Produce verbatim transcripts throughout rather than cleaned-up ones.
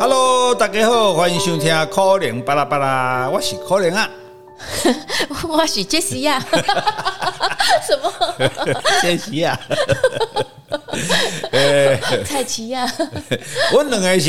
Hello， 大家好，欢迎收听可能巴拉巴拉，我是可能啊， 我是杰西亚，什么？ 杰西亚， 蔡奇亚， 我两个是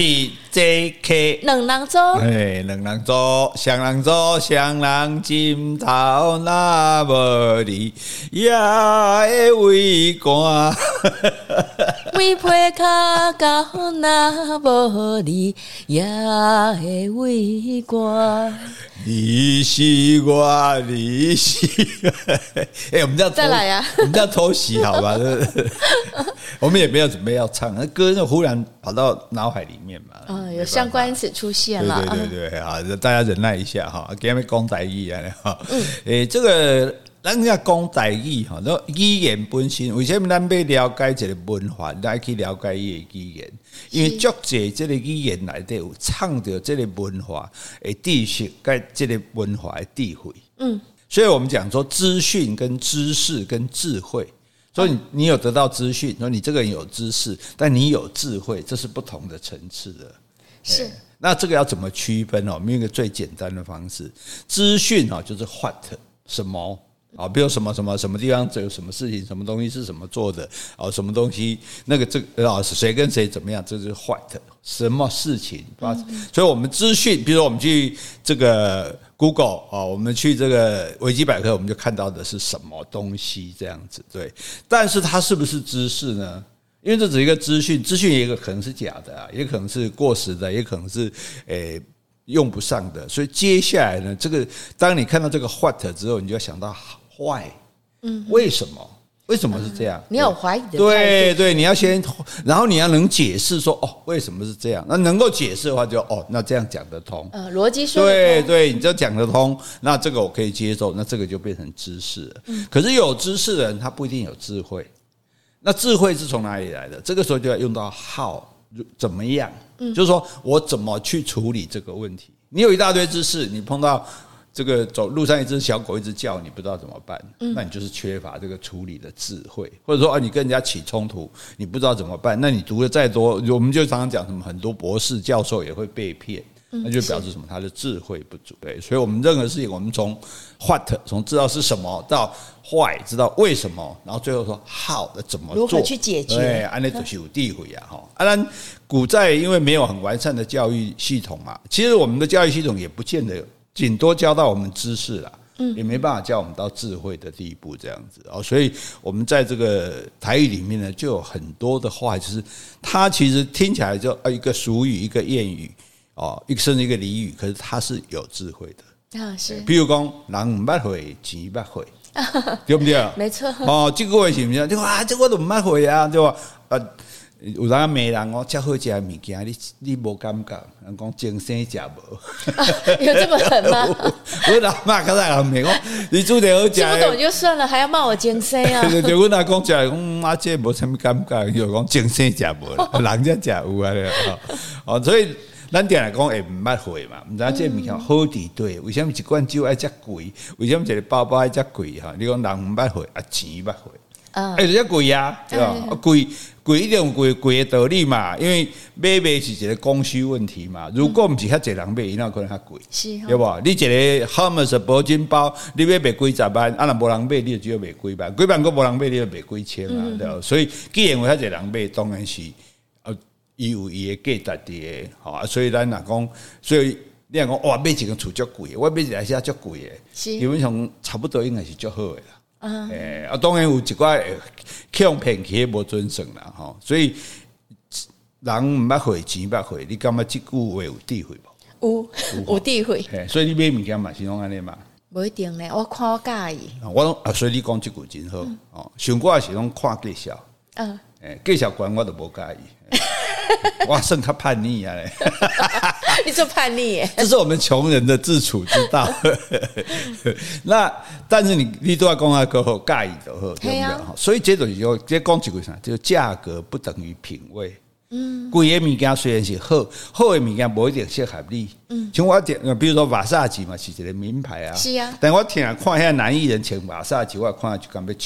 J K， 两人组， 哎，两人组，双人组，双人枕头那无你也会畏寒。 为皮卡高那无你也会畏寒。 你是我，你是我，哎、欸，我们这样再来呀、啊， 我们这样偷袭好吧？我们也没有准备要唱，那歌就忽然跑到脑海里面嘛。 嗯，有相关词出现了。 对对对对，好，大家忍耐一下哈，给他们讲台语啊，哈，嗯，诶，这个。咱要讲台语哈，那语言本身，为什么咱要了解一个文化，来去了解伊的语言？因为足济这个语言内底有藏着这个文化的知识，跟这个文化的智慧。嗯，所以我们讲说资讯、跟知识、跟智慧。所以你你有得到资讯，说你这个人有知识，但你有智慧，这是不同的层次的。 是。 那这个要怎么区分哦？我们用一个最简单的方式，资讯哦，就是 what 什么。啊，比如什么什么什么地方有什么事情，什么东西是什么做的，啊，什么东西那个这个啊，谁跟谁怎么样，这就是 what 什么事情。嗯、所以，我们资讯，比如说我们去这个 Google 啊，我们去这个维基百科，我们就看到的是什么东西这样子，对。但是它是不是知识呢？因为这只是一个资讯，资讯也有可能是假的啊，也可能是过时的，也可能是诶。用不上的，所以接下来呢，这个当你看到这个 what 之后，你就要想到 why， 嗯，为什么？为什么是这样？ 嗯、你有怀疑的态度， 对对，你要先，然后你要能解释说哦，为什么是这样？那能够解释的话就，就哦，那这样讲得通， 呃，逻辑说得通，对对，你就讲得通，那这个我可以接受，那这个就变成知识了。嗯、可是有知识的人，他不一定有智慧。那智慧是从哪里来的？这个时候就要用到 how。怎么样？嗯、就是说我怎么去处理这个问题？你有一大堆知识，你碰到这个走路上一只小狗一直叫，你不知道怎么办，嗯、那你就是缺乏这个处理的智慧，或者说啊，你跟人家起冲突，你不知道怎么办，那你读的再多，我们就常常讲什么，很多博士教授也会被骗。那就表示什么？他的智慧不足。对，所以我们任何事情，我们从 what 从知道是什么到 why 知道为什么，然后最后说 how 的怎么做， 如何去解决？ 对，安内就是有智慧啊！哈，当然，古在因为没有很完善的教育系统嘛，其实我们的教育系统也不见得顶多教到我们知识啦。嗯，也没办法教我们到智慧的地步，这样子哦，所以我们在这个台语里面呢，就有很多的话，就是它其实听起来就一个俗语，一个谚语。哦，一个甚至一个俚语，可是它是有智慧的啊，是。 比如讲，人唔捌会，钱捌会，对不对？ 没错。 哦，这个是不是？就啊，这我都唔捌会啊，对吧？啊，有人骂人哦，遮好食的物件，你你无感觉？人讲精生食无， 有这么狠吗？ 我老妈刚才人骂我，你煮的好食， 听不懂就算了，还要骂我精生啊？ 对对，我阿公食，讲阿姐无什么感觉，就讲精生食无，人家食有啊，哦，所以。咱定来讲会唔捌会嘛？唔知这物件好伫对，为什么一罐酒爱遮贵？为什么一个包包爱遮贵？哈，你讲人唔捌会，啊钱捌会，啊，哎，遮贵啊，对吧？贵贵一定有贵贵的道理嘛，因为买卖是一个供需问题嘛。如果唔是遐侪人买，伊哪可能较贵？ 是， 对不？你一个 Hermes 保金包，你要卖几十万，啊，若无人买，你就只有卖几万，几万个无人买，你就卖几千嘛，对吧？所以既然有遐侪人买，当然是。伊有伊的价值的，吼，所以咱若讲，所以你若讲哇，买一个厝足贵，我买一台车足贵的，基本上差不多应该是足好的啦。诶、啊，啊，当然有一寡欺骗去无准绳啦，吼，所以人毋捌会，钱捌会，你感觉即句话有智慧无？ 有，有智慧。 所以你买物件嘛是拢安尼嘛？ 无一定咧，我看我介意。 我拢啊，所以你讲即句真好哦。像我是拢看介绍，嗯，诶，介绍官我都无介意。哇，算较叛逆啊！ 你做叛逆耶？ 这是我们穷人的自处之道。那但是你你都要讲啊，够好介意就好，对不对？啊、所以这种就这讲一句啥，就价格不等于品味。嗯，贵的物件虽然是好，好的物件不一定适合你。嗯，像我比如说瓦萨吉嘛，是一个名牌啊。 是啊。 但我听看遐男艺人穿瓦萨吉，我看就感觉笑。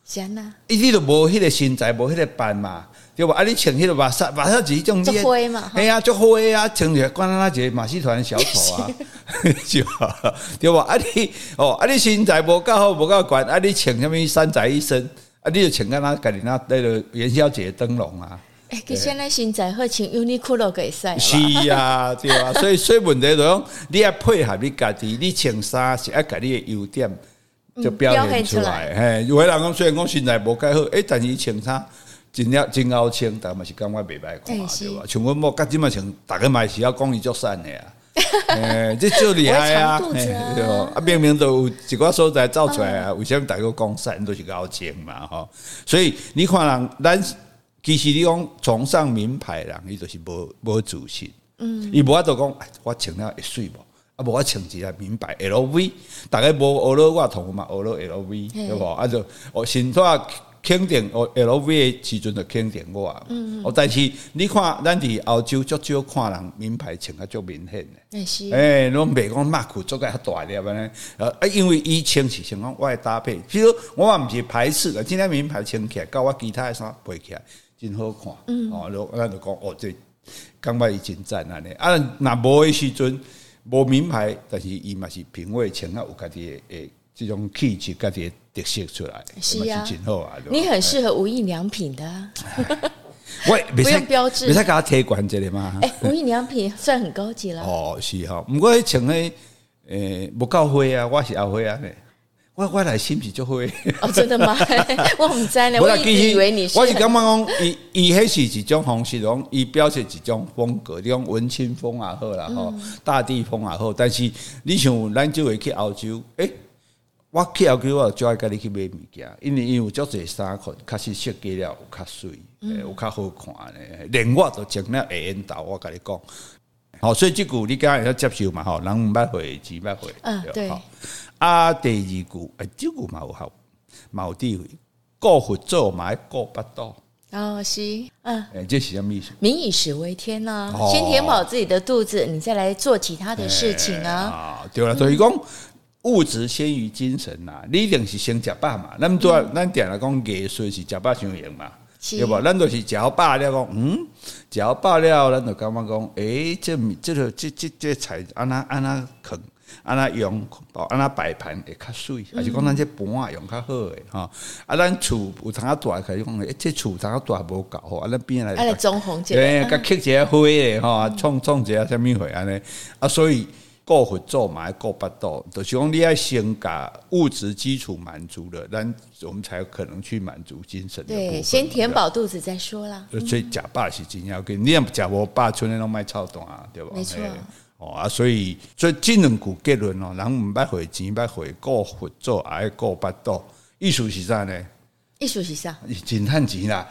是安那， 你都无迄个身材，无迄个扮嘛，对吧？啊，你穿迄个马萨马萨吉种， 做灰嘛， 哎呀，做灰啊，穿起来管他一个马戏团小丑啊，是吧？对吧？啊你哦，啊你身材无够好，无够悬，啊你穿什么三宅一生，啊你就穿干那家己那那个元宵节灯笼啊。 哎、欸，其实咱身材好，穿 Uniqlo 可以使。 是啊，对啊，所以所以问题就讲，你要配合你家己，你穿衫是要把你的优点就表现出来。嘿、嗯，有的人讲虽然讲身材无介好，哎、欸，但是伊穿衫真了真好穿，但嘛是感觉袂歹看，欸、对吧？像阮某，甲即嘛穿，大家嘛是要讲伊足瘦的啊。诶，这就厉害啊！对吧？啊，明明都有一寡所在造出来啊，为什么大家讲瘦都是高穿嘛？吼，所以你看人咱。其实你讲崇尚名牌人，伊就是无无自信。嗯，伊无法度讲，我穿了会水无？啊，无我穿一个名牌 L V， 大概无学了我同嘛，学了 L V 对无？啊就哦，现在肯定哦 L V 的时阵就肯定我。嗯哦，但是你看，咱伫欧洲足少看人名牌穿啊足明显的。 是。 诶，拢袂讲马裤做个较大粒安尼。啊，因为伊穿是像讲我的搭配，譬如我嘛毋是排斥的，今天名牌穿起来，甲我其他的衫配起来。真好看，嗯、哦，咱就讲哦，这感觉伊真赞安尼。啊，若无的时阵无名牌，但是伊嘛是品味穿啊，有家己的诶这种气质，家己的特色出来， 是啊， 是真好啊。 你很适合无印良品的、啊， 喂， 不用标志， 你使给他贴关这里吗？ 哎、欸，无印良品算很高级了。 哦，是哈，不过穿的诶不够灰啊，我是后灰啊。我我内心是足灰哦，真的吗？我唔知呢，我一直以为你是。 我是感觉讲，伊伊迄是一种方式，讲伊表现一种风格，你讲文青风也好啦，吼、嗯，大地风也好。但是你像咱就会去欧洲，诶、欸，我去欧洲我就爱甲你去买物件，因为伊有足侪衫裤，确实设计了有较水，嗯、有较好看咧。连我都穿了下缘投，我甲你讲。好，所以这句你刚才要接受嘛，吼，人毋捌会，钱捌会， 嗯，对。 啊，第二句，哎，这句嘛有效，嘛有智慧。顾佛祖嘛要顾巴肚。 哦，是，嗯， 哎，这是什么意思？ 民以食为天呐、啊，哦、先填饱自己的肚子，你再来做其他的事情啊。 啊、欸，对了，所以讲物质先于精神呐、啊，你一定是先食饱嘛。咱做咱定来讲艺术是食饱上用嘛。对吧？咱就是食好饱了，讲嗯，食好饱了，咱就感觉讲，诶、欸，这这个这这这菜安那安那啃，安那用，安那摆盘会较水，还是讲咱这盘啊用较好诶，哈。啊，咱厝有通啊大，开始讲，诶、欸，这厝通啊大无够好，啊，咱边来， 啊，来装潢一下， 对，甲刻一下花诶，哈，创创一下什么货安尼，啊，所以。顾佛祖嘛，顾巴肚，就是讲你要先把物质基础满足了，咱我们才有可能去满足精神的部分。 对，先填饱肚子再说啦。 所以食饱是真要紧，你若食无饱，剩的拢卖操蛋，对吧？ 没错。 哦啊，所以所以这两句结论哦，人毋捌花钱，捌花顾佛祖，也爱顾巴肚，意思是啥呢？ 意思是啥？ 真趁钱啦，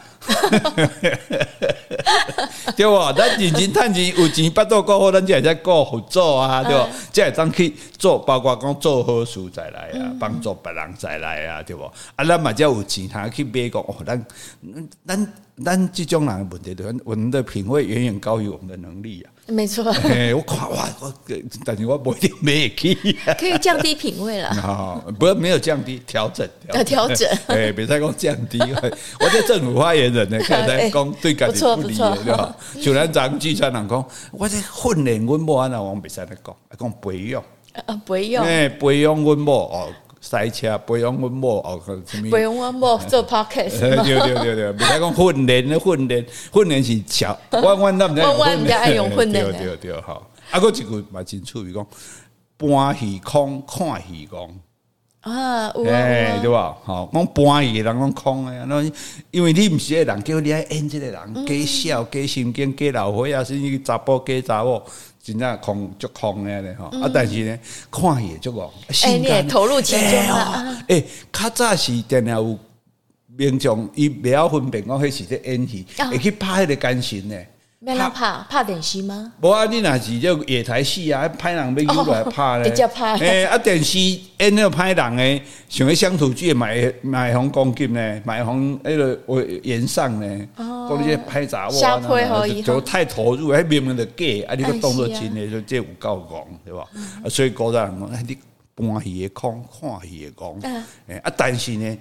对吧？咱认真趁钱，有钱巴肚顾好，咱才会使顾佛祖啊，对吧？才会当去做，包括讲做好事再来啊，帮助别人再来啊，对不？啊，咱嘛才有钱，通去买讲哦，咱咱咱这种人的问题，就是我们的品味远远高于我们的能力啊。 没错， 欸、我看哇，我但是我不一定买得起、啊， 可以降低品味了。 哦，不，没有降低，调整， 要调整。 哎，别再讲降低，我这政府发言人呢，看在讲对家己不利的，对吧？像咱昨聚餐人讲，我这训练阮某安那，我别使来讲，讲培养， 啊，培养， 哎，培养阮某哦。赛车培养阮某哦，什么？ 培养阮某做 podcast。 对对对对，别再讲训练的训练，训练是小，我我咱唔我我唔爱用训练。 对对对，好。啊，佫一句嘛真趣味，讲搬戏空看戏讲啊，有啊，对吧？好，讲搬戏的人讲空的，那因为你唔是个人，叫你爱演这个人，假笑、假心经、假老伙啊，甚至查甫、假查某。真正空足空的咧吼，啊！但是呢，看戏足哦， 哎，你也投入其中啊！ 哎，较早是定定有民众伊袂晓分辨讲迄是咧演戏，会去拍迄个奸臣呢。 要人拍拍电视吗？ 无啊，你若是这野台戏啊，歹人要诱来拍咧， 直接拍。 诶，啊，电视演那个歹人诶，像迄乡土剧买买红公金呢，买红那个我演上呢，讲那些拍杂货啊，就太投入，迄明明就假，啊，你个动作真诶，就这有够戆，对吧？啊，所以古早人讲，你搬戏诶空，看戏诶讲，诶，啊，但是呢，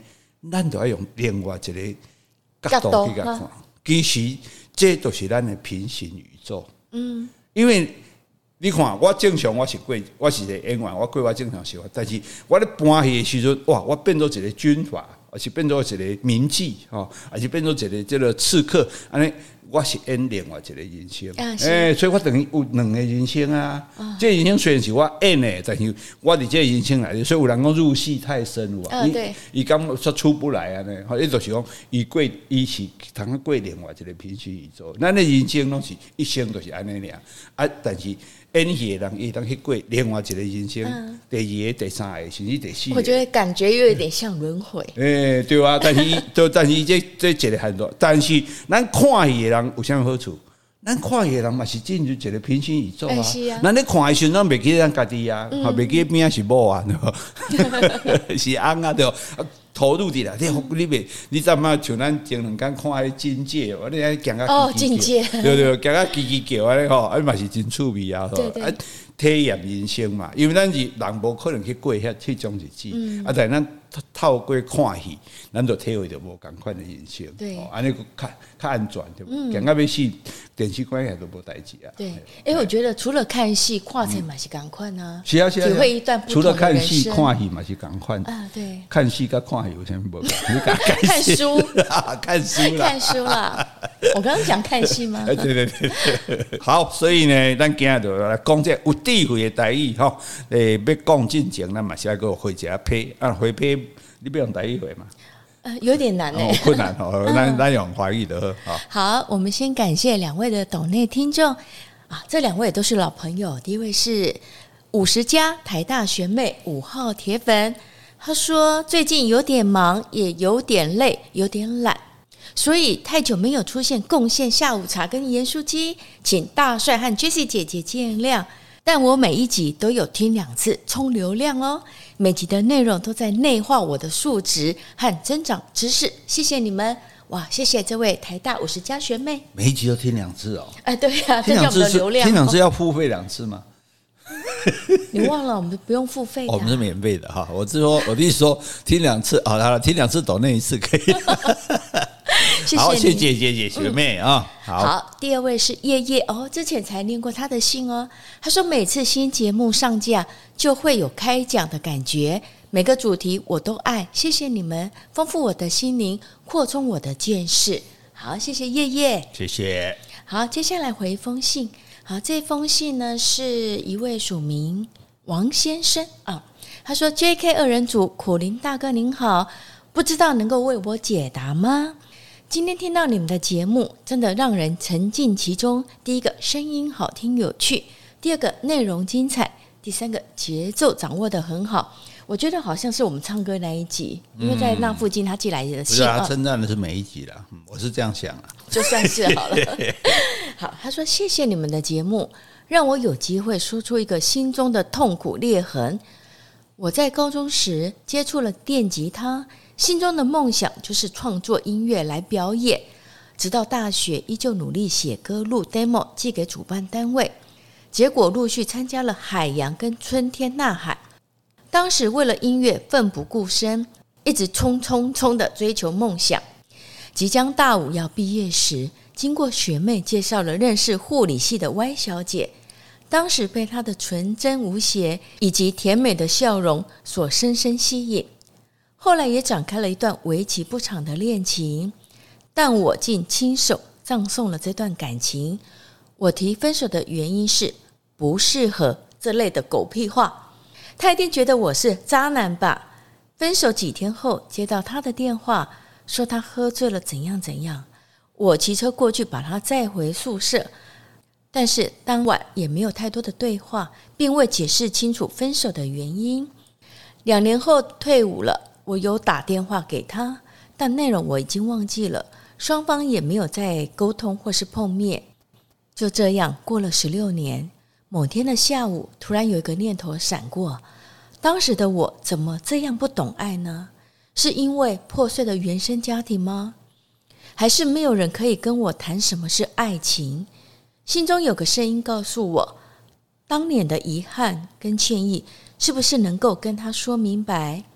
咱就要用另外一个角度去看，其实这都是咱的平行宇宙。嗯，因为你看，我正常我是过，我是一个演员，我过我正常生活，但是我咧搬戏的时阵，哇，我变做一个军阀，还是变做一个名妓，吼，还是变做一个这个刺客，安尼。我是演另外一个人生，哎、欸，所以我等于有两个人生啊。啊这个人生虽然是我演的，但是我伫这个人生来的，所以有人讲入戏太深有啊。对，伊感觉出不来啊呢。好，伊就是讲，伊过，伊是通过另外一个平行宇宙。咱的人生拢是一生都是安尼尔啊，但是演戏的人伊当去过另外一个人生，嗯、第二个、第三个，甚至第四个。 我觉得感觉又有点像轮回。 哎、欸，对啊，但是就但是这这一个很多，但是咱看戏的人。有啥好处？咱看的人嘛是进入一个平行宇宙啊！咱咧看的时候，咱袂记得咱家己啊，袂记得边是某啊，是翁啊，对，投入伫啦。你你袂，你知影像咱前两天看迄境界，我你爱行啊， 哦，境界， 对对，行啊，叽叽叫安尼吼，啊嘛是真趣味啊，吼，啊体验人生嘛，因为咱是人无可能去过遐迄种日子，啊，但咱透过看戏，咱就体会到无共款的人生， 对， 安尼较较安全，对不？行到要死，电视关系都无代志啊。 对，哎，我觉得除了看戏，看戏嘛是共款啊， 是啊是啊， 体会一段不同除了的人生。 看戏、看戏嘛是共款啊，对， 看戏跟看戏有啥不？你看书， 看书啦， 看书啦。我刚刚讲看戏吗？ 对对对，好，所以呢，咱今日就来讲这有智慧的台语吼。诶，要讲进前，咱嘛是要个回一下批啊，回批，你不用台语回嘛？ 呃，有点难诶、欸， 困难哦，咱咱用华语的好。 好，我们先感谢两位的斗内听众啊，这两位都是老朋友。第一位是五十加台大学妹五号铁粉，他说最近有点忙，也有点累，有点懒。所以太久没有出现贡献下午茶跟盐酥鸡，请大帅和 Jessie 姐姐见谅。但我每一集都有听两次冲流量哦，每集的内容都在内化我的数值和增长知识，谢谢你们！哇，谢谢这位台大五十加学妹， 每一集都听两次哦。 哎，对呀、啊，这叫我们的流量。 听两次要付费两次吗？ 你忘了我们不用付费的、啊哦，我们是免费的哈。我是说，我的意思说听两次，好了，听两次抖那一次可以。 谢谢好，谢谢姐姐学妹啊、嗯。好， 好，第二位是叶叶哦，之前才念过他的信哦。他说每次新节目上架就会有开讲的感觉，每个主题我都爱，谢谢你们，丰富我的心灵，扩充我的见识。好，谢谢叶叶， 谢谢。 好，接下来回一封信。好，这封信呢是一位署名王先生啊，他说 J K 二人组苦苓大哥您好，不知道能够为我解答吗？今天听到你们的节目真的让人沉浸其中，第一个声音好听有趣，第二个内容精彩，第三个节奏掌握得很好。我觉得好像是我们唱歌那一集，因为在那附近他寄来的信、 嗯、他称赞的是每一集啦，我是这样想啦， 就算是好了。好，他说谢谢你们的节目，让我有机会说出一个心中的痛苦裂痕。我在高中时接触了电吉他，心中的梦想就是创作音乐来表演，直到大学依旧努力写歌录 demo 寄给主办单位，结果陆续参加了海洋跟春天呐喊。当时为了音乐奋不顾身，一直冲冲冲的追求梦想。即将大五要毕业时，经过学妹介绍了认识护理系的 Y 小姐，当时被她的纯真无邪以及甜美的笑容所深深吸引，后来也展开了一段为期不长的恋情，但我竟亲手葬送了这段感情。我提分手的原因是不适合这类的狗屁话，他一定觉得我是渣男吧。分手几天后接到他的电话，说他喝醉了怎样怎样，我骑车过去把他载回宿舍，但是当晚也没有太多的对话，并未解释清楚分手的原因。两年后退伍了，我有打电话给他，但内容我已经忘记了，双方也没有再沟通或是碰面。就这样过了十六年，某天的下午突然有一个念头闪过，当时的我怎么这样不懂爱呢？是因为破碎的原生家庭吗？还是没有人可以跟我谈什么是爱情？心中有个声音告诉我，当年的遗憾跟歉意是不是能够跟他说明白？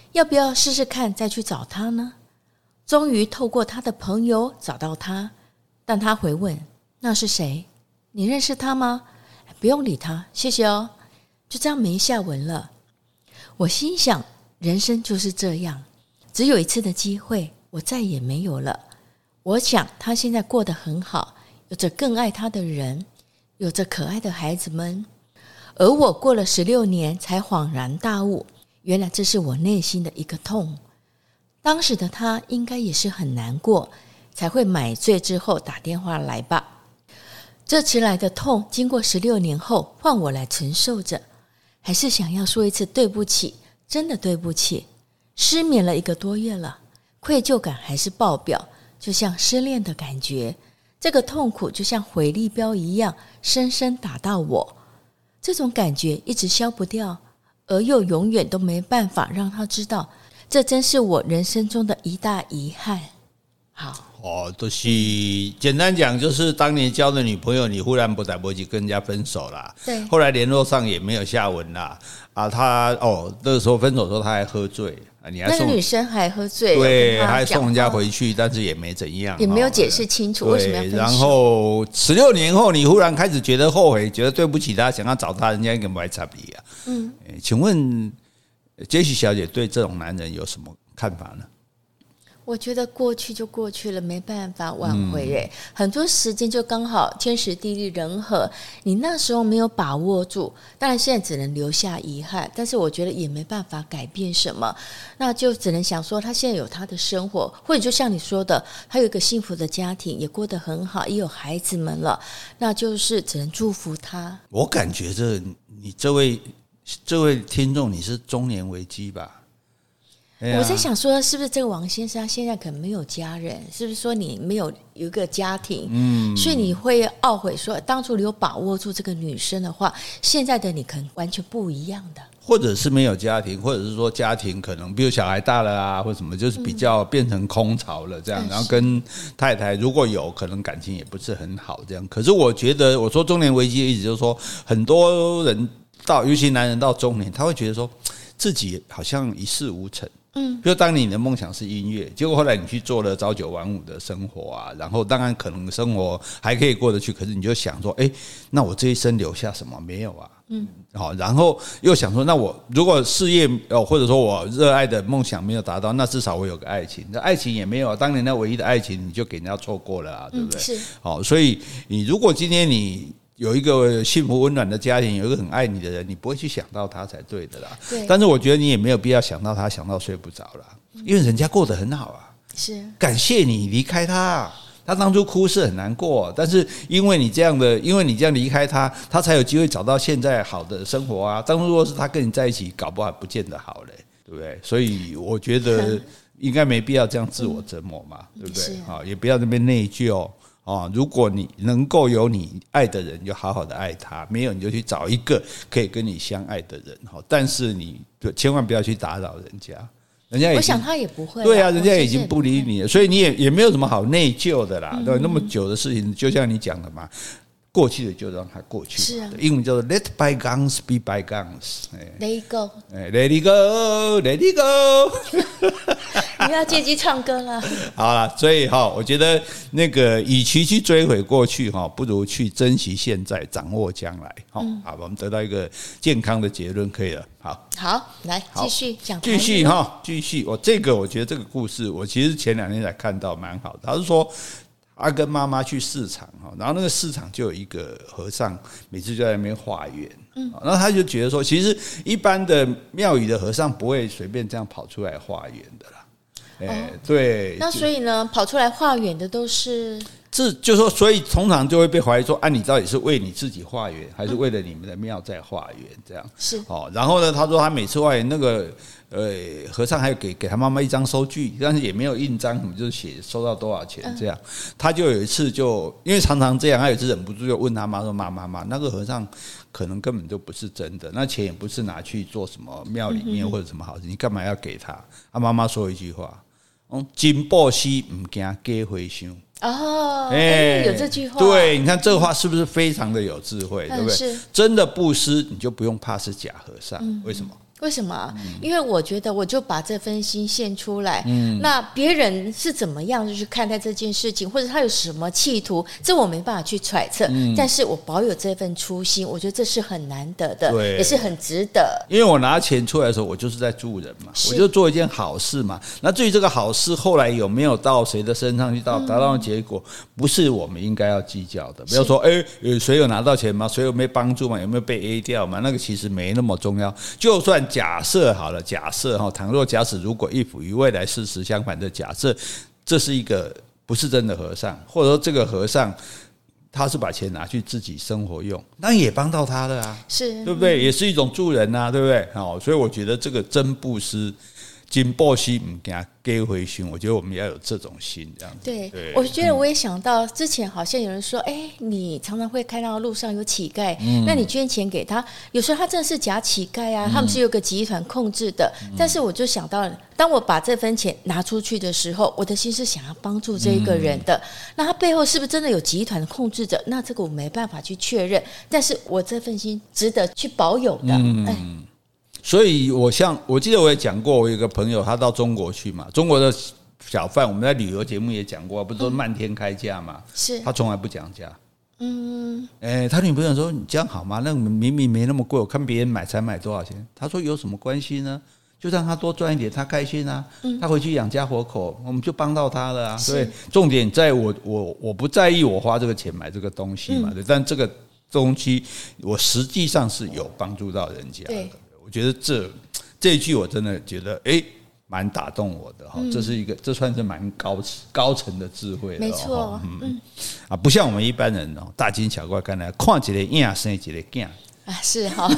要不要试试看再去找他呢？终于透过他的朋友找到他，但他回问：那是谁？你认识他吗？不用理他，谢谢哦。就这样没下文了。我心想，人生就是这样，只有一次的机会，我再也没有了。我想他现在过得很好，有着更爱他的人，有着可爱的孩子们。而我过了十六年才恍然大悟，原来这是我内心的一个痛。当时的他应该也是很难过，才会买醉之后打电话来吧。这迟来的痛，经过十六年后换我来承受着，还是想要说一次对不起，真的对不起。失眠了一个多月了，愧疚感还是爆表，就像失恋的感觉。这个痛苦就像回力镖一样，深深打到我。这种感觉一直消不掉，而又永远都没办法让他知道，这真是我人生中的一大遗憾。好。 哦，就是简单讲，就是当年交的女朋友，你忽然不打不起跟人家分手啦， 对， 后来联络上也没有下文啦，啊，他哦那个时候分手的时候他还喝醉啊，你还送那个女生还喝醉， 对，还送人家回去，但是也没怎样， 也没有解释清楚为什么要分手。 然后十六年后，你忽然开始觉得后悔，觉得对不起他，想要找他，人家应该不会插你啊。嗯，请问杰西小姐对这种男人有什么看法呢？ 我觉得过去就过去了，没办法挽回耶、嗯、很多时间就刚好天时地利人和，你那时候没有把握住，当然现在只能留下遗憾，但是我觉得也没办法改变什么，那就只能想说他现在有他的生活，或者就像你说的，他有一个幸福的家庭，也过得很好，也有孩子们了，那就是只能祝福他。 我感觉这你这位这位听众，你是中年危机吧？ 我在想说，是不是这个王先生他现在可能没有家人？是不是说你没有有一个家庭，嗯，所以你会懊悔说，当初你有把握住这个女生的话，现在的你可能完全不一样的。 或者是没有家庭，或者是说家庭可能比如小孩大了啊，或什么，就是比较变成空巢了这样、嗯、然后跟太太如果有可能感情也不是很好这样。可是我觉得我说中年危机的意思就是说，很多人到尤其男人到中年，他会觉得说自己好像一事无成。嗯，比如当你的梦想是音乐，结果后来你去做了朝九晚五的生活啊，然后当然可能生活还可以过得去，可是你就想说，哎，那我这一生留下什么没有啊？嗯，好，然后又想说，那我如果事业哦，或者说我热爱的梦想没有达到，那至少我有个爱情，那爱情也没有，当年那唯一的爱情你就给人家错过了啊，对不对？嗯、是，好，所以你如果今天你有一个幸福温暖的家庭，有一个很爱你的人，你不会去想到他才对的啦。对。但是我觉得你也没有必要想到他，想到睡不着啦，因为人家过得很好啊。是。感谢你离开他，他当初哭是很难过，但是因为你这样的，因为你这样离开他，他才有机会找到现在好的生活啊。当初如果是他跟你在一起，搞不好不见得好嘞，对不对？所以我觉得应该没必要这样自我折磨嘛，嗯、对不对？好，也不要那边内疚。哦，如果你能够有你爱的人，就好好的爱他；没有，你就去找一个可以跟你相爱的人。但是你千万不要去打扰人家，人家也我想他也不会。 对啊，人家已经不理你了，所以你也也没有什么好内疚的啦。对、嗯，那么久的事情，就像你讲的嘛。过去的就让它过去，是啊，英文叫做 Let bygones be bygones。Let it go， Let it go，Let it go 。 你要借机唱歌了。 好了，所以哈，我觉得那个与其去追悔过去哈，不如去珍惜现在，掌握将来。好、嗯，好，我们得到一个健康的结论，可以了。好， 好，来继续讲， 继续哈，继续。我这个我觉得这个故事，我其实前两天才看到，蛮好的。他是说。他跟妈妈去市场，然后那个市场就有一个和尚，每次就在那边化缘，嗯，然后他就觉得说，其实一般的庙宇的和尚不会随便这样跑出来化缘的啦，哎、欸哦，对。 那所以呢，跑出来化缘的都是。 这就是说，所以通常就会被怀疑说，啊，你到底是为你自己化缘，还是为了你们的庙在化缘？这样是哦。然后呢，他说他每次化缘，那个呃和尚还有给给他妈妈一张收据，但是也没有印章，什么就是写收到多少钱这样。他就有一次就因为常常这样，他有一次忍不住就问他妈说：“妈妈妈，那个和尚可能根本就不是真的，那钱也不是拿去做什么庙里面或者什么好事，你干嘛要给他？”他妈妈说一句话：“嗯，金布施不惊假回乡。” 哦，欸、有这句话， 对，你看这个话是不是非常的有智慧，对不对？是真的布施，你就不用怕是假和尚、嗯，为什么？ 为什么？嗯、因为我觉得我就把这份心献出来，嗯、那别人是怎么样去看待这件事情，或者他有什么企图，这我没办法去揣测。嗯、但是我保有这份初心，我觉得这是很难得的，也是很值得。 因为我拿钱出来的时候，我就是在助人嘛，我就做一件好事嘛。那至于这个好事后来有没有到谁的身上去到达到的结果，嗯、不是我们应该要计较的。不要说哎，谁有拿到钱吗？谁有没有帮助吗？有没有被 A 掉吗？那个其实没那么重要。就算假设好了，假设哈，倘若假使如果一夫与未来事实相反的假设，这是一个不是真的和尚，或者说这个和尚他是把钱拿去自己生活用，那也帮到他了啊， 是对不对？也是一种助人啊，对不对？好，所以我觉得这个真布施。金布施不给他给回心，我觉得我们要有这种心，这样子。 对，对我觉得我也想到之前好像有人说，哎、欸，你常常会看到路上有乞丐，嗯、那你捐钱给他，有时候他真的是假乞丐啊，嗯、他们是有个集团控制的。嗯、但是我就想到了，当我把这份钱拿出去的时候，我的心是想要帮助这一个人的。嗯、那他背后是不是真的有集团控制着？那这个我没办法去确认，但是我这份心值得去保有的。嗯。哎所以我像我记得我也讲过，我有一个朋友他到中国去嘛，中国的小贩我们在旅游节目也讲过，不是说漫天开价嘛， 是他从来不讲价。 嗯， 哎、欸，他女朋友说你这样好吗？那明明没那么贵，我看别人买才买多少钱。他说有什么关系呢？就让他多赚一点，他开心啊，他回去养家活口，我们就帮到他了啊。所以重点在我我我不在意我花这个钱买这个东西嘛，嗯、但这个东西我实际上是有帮助到人家的。我觉得这这一句我真的觉得哎，蛮打动我的哈，嗯、这是一个这算是蛮高高层的智慧的， 没错，嗯嗯啊，不像我们一般人哦，大惊小怪，看来看一个影生一个囝啊，是哈，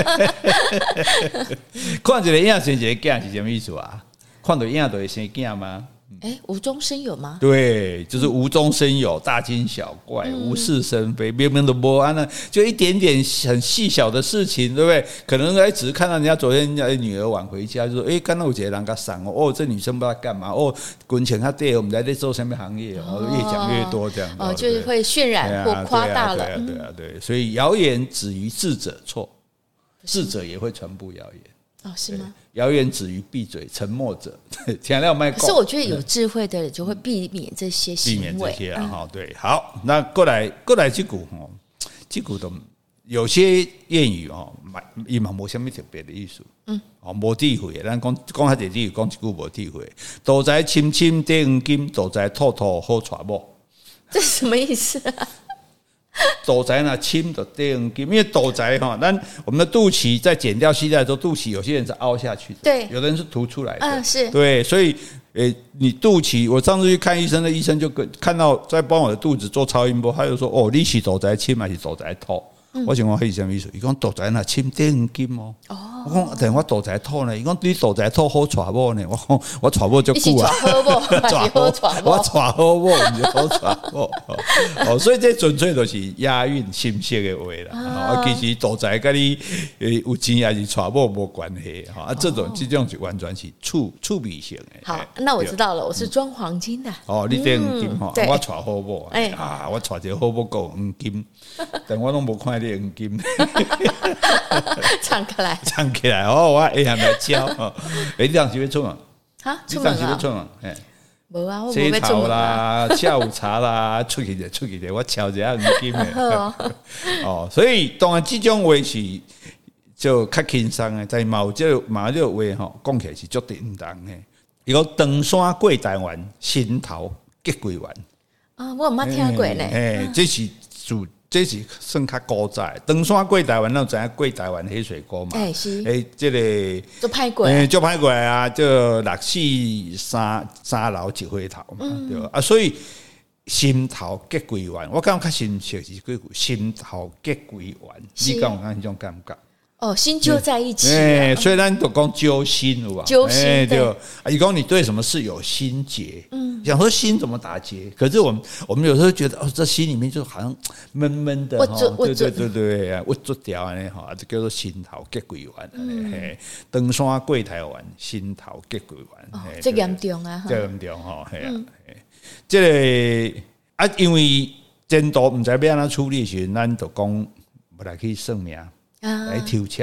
看一个影生一个囝是什么意思啊？看到影就会生囝吗？ 哎，无中生有吗？ 对，就是无中生有，大惊小怪，嗯、无事生非，明明都没安呢，就一点点很细小的事情，对不对？可能哎，只是看到人家昨天人家女儿晚回家，就说哎，刚刚有一个人给赏哦，哦，这女生不知道干嘛哦，滚钱他对，我们在这做什么行业哦，越讲越多这样哦，就是会渲染或夸大了， 对啊，对啊，对啊，所以谣言止于智者错，智者也会传播谣言。 哦，是吗？ 谣言止于闭嘴，沉默者天亮卖。 可是我觉得有智慧的人就会避免这些行为， 避免这些啊。哈、嗯，对，好，那过来过来这股哦，这股都有些谚语哦，伊嘛无什么特别的意思，嗯，哦，无智慧，咱讲讲下这句，讲一句无智慧。都在深深得黄金，都在吐吐好娶某。 这是什么意思啊？ 肚脐呢，轻的得黄金，因为肚脐哈，但我们的肚脐在剪掉膝盖的时候，肚脐有些人是凹下去的， 对， 有的人是凸出来的， 嗯，是对，所以，诶、欸，你肚脐，我上次去看医生的医生就看到在帮我的肚子做超音波，他就说，哦，你是肚脐轻还是肚脐凸？嗯、我想讲，迄是什么意思？伊讲肚脐那轻得黄金哦。哦，我讲，但我肚脐凸呢？伊讲你肚脐凸好娶某呢？我讲我娶某就久啊， 娶好某，娶好我娶好某，唔是好娶某。哦，所以这纯粹就是押韵心色的话啦。啊、其实肚脐跟你有钱还是娶某无关系哈。啊，这种这种就完全是趣趣味性的。 好，那我知道了，我是装黄金的。 哦，你得黄金哈，我娶好某，哎啊，我娶一个好某够黄金，但我拢无看。黄金唱起来， 唱起来哦！我哎还没教哦，哎，你当时要出门啊？出门了？出门哎， 无啊，我洗头啦，下午茶啦，出去的出去的，我敲一下黄金的哦。所以当然这种话是就较轻松的，在某这某这话吼，讲起来是足叮当的。伊讲登山过台湾，心头结归湾啊，我有冇听过呢？ 哎，这是主。这是算较古早，登山过台湾，咱知影过台湾黑水沟嘛？ 哎、欸、是， 哎、欸，这个就歹过， 哎，就歹过啊！就六四三三楼一回头嘛，嗯、对吧？啊，所以心头结归湾，我感觉较深切是句心头结归湾，你敢有感迄种感觉？ 哦，心揪在一起、啊。 哎、欸，虽然都讲揪心有吧？ 揪心、欸、 对。啊，你讲你对什么事有心结？嗯，想说心怎么打结？可是我们我们有时候觉得哦，这心里面就好像闷闷的哈。对对对对啊，握住掉安哈，这叫做心头结归湾。嗯，登山过台湾，心头结归湾。 哦，这严重啊！ 这严重哈，系啊。这个啊，因为前途唔知要安怎处理时，咱就讲不来去算命。来抽签，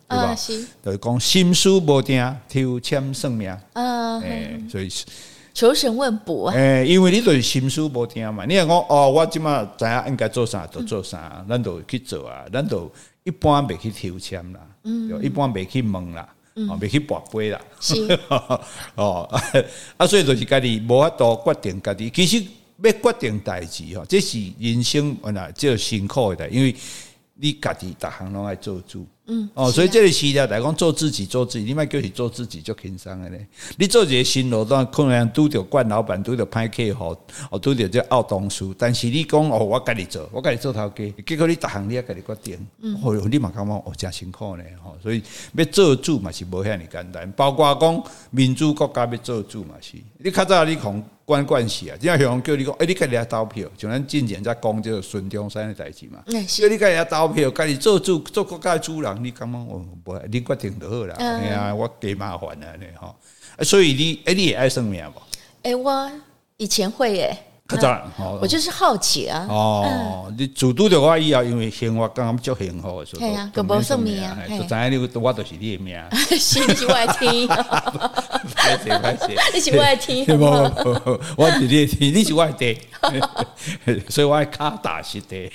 对吧？就是讲心思无定，抽签算命。啊，哎，所以求神问卜啊。 哎，因为你就是心思无定嘛，你若讲哦，我即马知影应该做啥就做啥，咱就去做啊，咱就一般袂去抽签啦，嗯，一般袂去问啦。哦，袂去跋杯啦， 是哦，啊，所以就是家己无法度决定家己。其实要决定代志吼，这是人生呐，即辛苦的，因为你家己逐项拢爱做主。嗯，哦，所以这个时代来讲，做自己，做自己，你莫叫是做自己就轻松的咧。你做一个新路段，可能拄着惯老板，拄着歹客户，哦，拄着这傲同事。但是你讲哦，我家己做，我家己做头家，结果你逐项你也家己决定，嗯，哦，你嘛感觉哦，真辛苦呢，吼。所以要做主嘛是无遐尼简单，包括讲民主国家要做主嘛是。你较早你讲管关系啊，即样像叫你讲，诶、欸，你家己来投票，像咱之前在讲这个孙中山的代志嘛，嗯，叫你家己来投票，家己做主，做国家的主人。你感觉我无，你决定就好啦。哎呀、嗯，我加麻烦啊，你吼。所以你，哎、欸，你也爱算命无？ 哎、欸，我以前会诶。 较早， 我就是好奇啊。 哦，嗯、你自拄着我以后，因为生活刚刚足幸福的， 系啊，个无算命啊， 就知影你我就是你的命。 是你是我的天， 歹势歹势， 你是我的天， 我是你的天，你是我的地，所以我爱脚踏实地。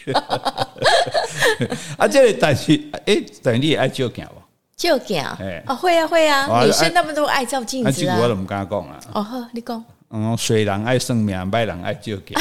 啊，这个但是，诶，但是你也爱照镜无？ 照镜啊，会啊会啊，女生那么多爱照镜子啊。 我都唔敢讲啊。 哦好，你讲。 嗯，衰人爱算命，歹人爱照镜。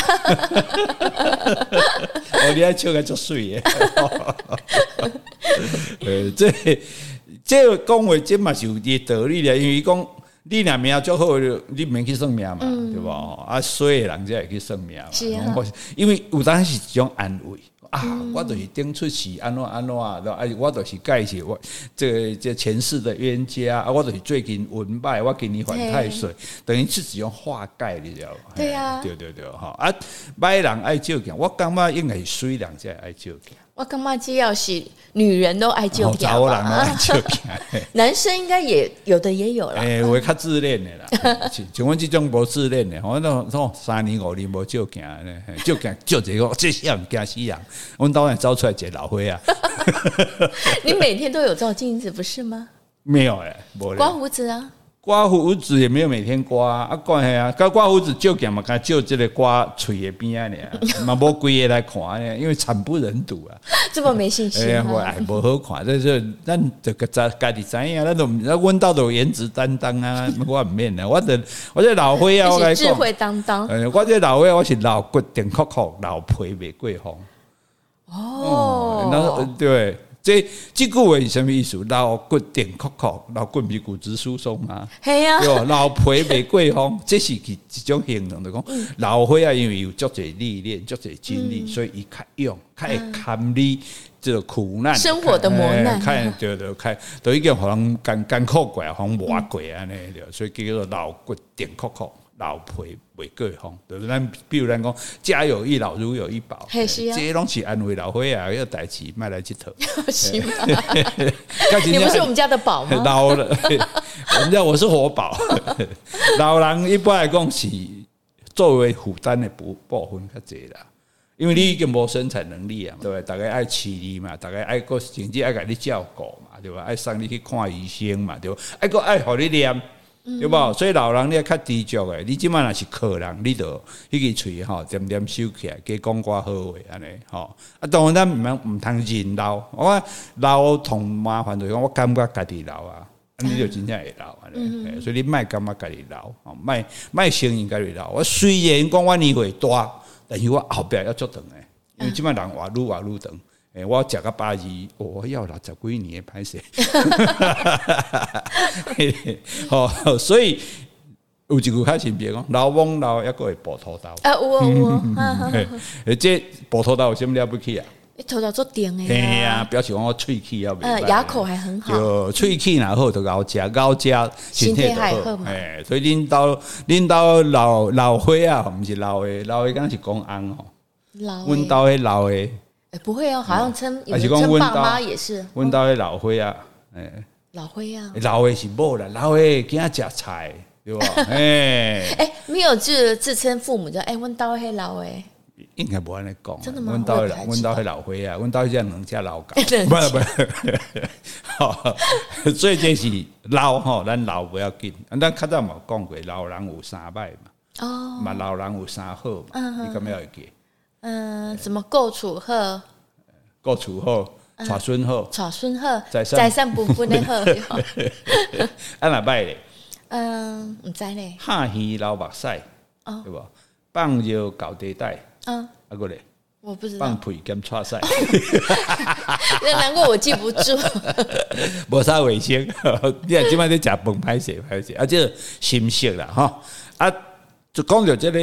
哦，你爱照个足水的。呃，这这讲话这嘛是有啲道理啦，因为讲你若命足好，你免去算命嘛，嗯、对吧？啊，衰人才会去算命嘛。 是啊， 因为有当是一种安慰。啊，我就是顶出世安怎安怎啊，我就是介绍我这这前世的冤家啊，我就是最近文败，我给你还太岁，等于是一种化解，你知道吗？ 对啊， 对对对，哈啊，歹人爱照镜，我感觉应该是水人才爱照镜。 我感觉只要是女人都爱照镜， 查某人都爱照镜， 男生应该也有的也有啦。 诶，有较自恋的啦，像阮这种无自恋的，我那种三年五年无照镜呢，照镜照一个，这些唔惊死人。阮当然照出来一个老灰啊。 你每天都有照镜子不是吗？ 没有诶，无刮胡子啊。 刮胡子也没有每天刮啊，刮系啊，刮刮胡子照镜嘛，敢照这个刮嘴的边啊呢，嘛无规个来看呢，因为惨不忍睹啊。 这么没信心、啊， 哎，无好看，这是咱这个家家己知影，咱都咱阮兜都颜值担当啊，我唔免啊，我这我这老灰啊，我来讲，智慧担当。 我这老灰我是老骨顶壳壳，老皮未过风。 哦， 然后对。这这句话是什么意思？老骨顶壳壳，老骨比骨质疏松嘛。 系啊， 对，老皮未过风，这是一种形容，就讲老岁啊，因为有足侪历练、足侪经历，所以伊较勇，较会堪你这个苦难、 生活的磨难， 看对对，看都已经互人艰艰苦过，互人磨过安尼，所以叫做老骨顶壳壳。老皮未过风，对不对？咱比如咱讲，家有一老，如有一宝， 这些拢是安慰老岁啊，要代志卖来佚佗。 是吗？你不是我们家的宝吗？ 老了，人家我是活宝。老人一般来讲是作为负担的部部分较济啦，因为你已经无生产能力啊，对不对？大家爱饲你嘛，大家爱个甚至爱甲你照顾嘛，对吧？爱送你去看医生嘛，对吧？爱个爱互你念。对不？所以老人你要较知足诶，你即摆若是客人，你就迄个喙吼点点收起来，加讲寡好话安尼吼。啊，当然咱毋通毋通认老，我老同麻烦就是讲，我感觉家己老啊，你就真正会老安尼。所以你莫感觉家己老，吼，莫莫承认家己老。我虽然讲我年岁大，但是我后壁要足长诶，因为即摆人活愈活愈长。欸、我食到八二，我要六十几年的歹势，哦，所以有一句较新别讲，老翁老还佫会补土豆。 啊，有啊有啊， 诶，这补土豆有什么了不起啊？ 你头头做甜的呀，对啊，表示讲我喙齿要呃，牙口还很好， 就喙齿若好就熬食，熬食身体就好嘛。诶，所以恁兜恁兜老老岁啊，毋是老的，老的敢是讲翁吼， 老， 阮兜迄老的。 欸、不会哦，好像称有称爸妈也是。 阮兜的老岁啊，诶， 老岁啊， 老的是某啦，老的惊食菜，对吧？哎哎，没有自自称父母叫哎，阮兜迄老的， 应该无安尼讲。 真的吗？ 阮兜的老，阮兜的老伙啊，阮兜这两只老狗，不不，所以这是老吼，咱老不要紧。咱较早嘛讲过，老人有三歹嘛，哦，嘛老人有三好嘛，嗯、你敢要会记？ 嗯，什么顾厝好， 顾厝好，带孙好， 带孙好， 财财产不分的好。 啊，哪歹咧？ 嗯，唔知咧。 哈鱼流目屎，对无？放尿搞地带，嗯，啊个咧， 我不知道。 放屁兼叉屎， 难怪我记不住。 无啥卫生，你啊，即摆咧食饭歹势歹势，啊，这心息啦哈，啊，就讲到这个，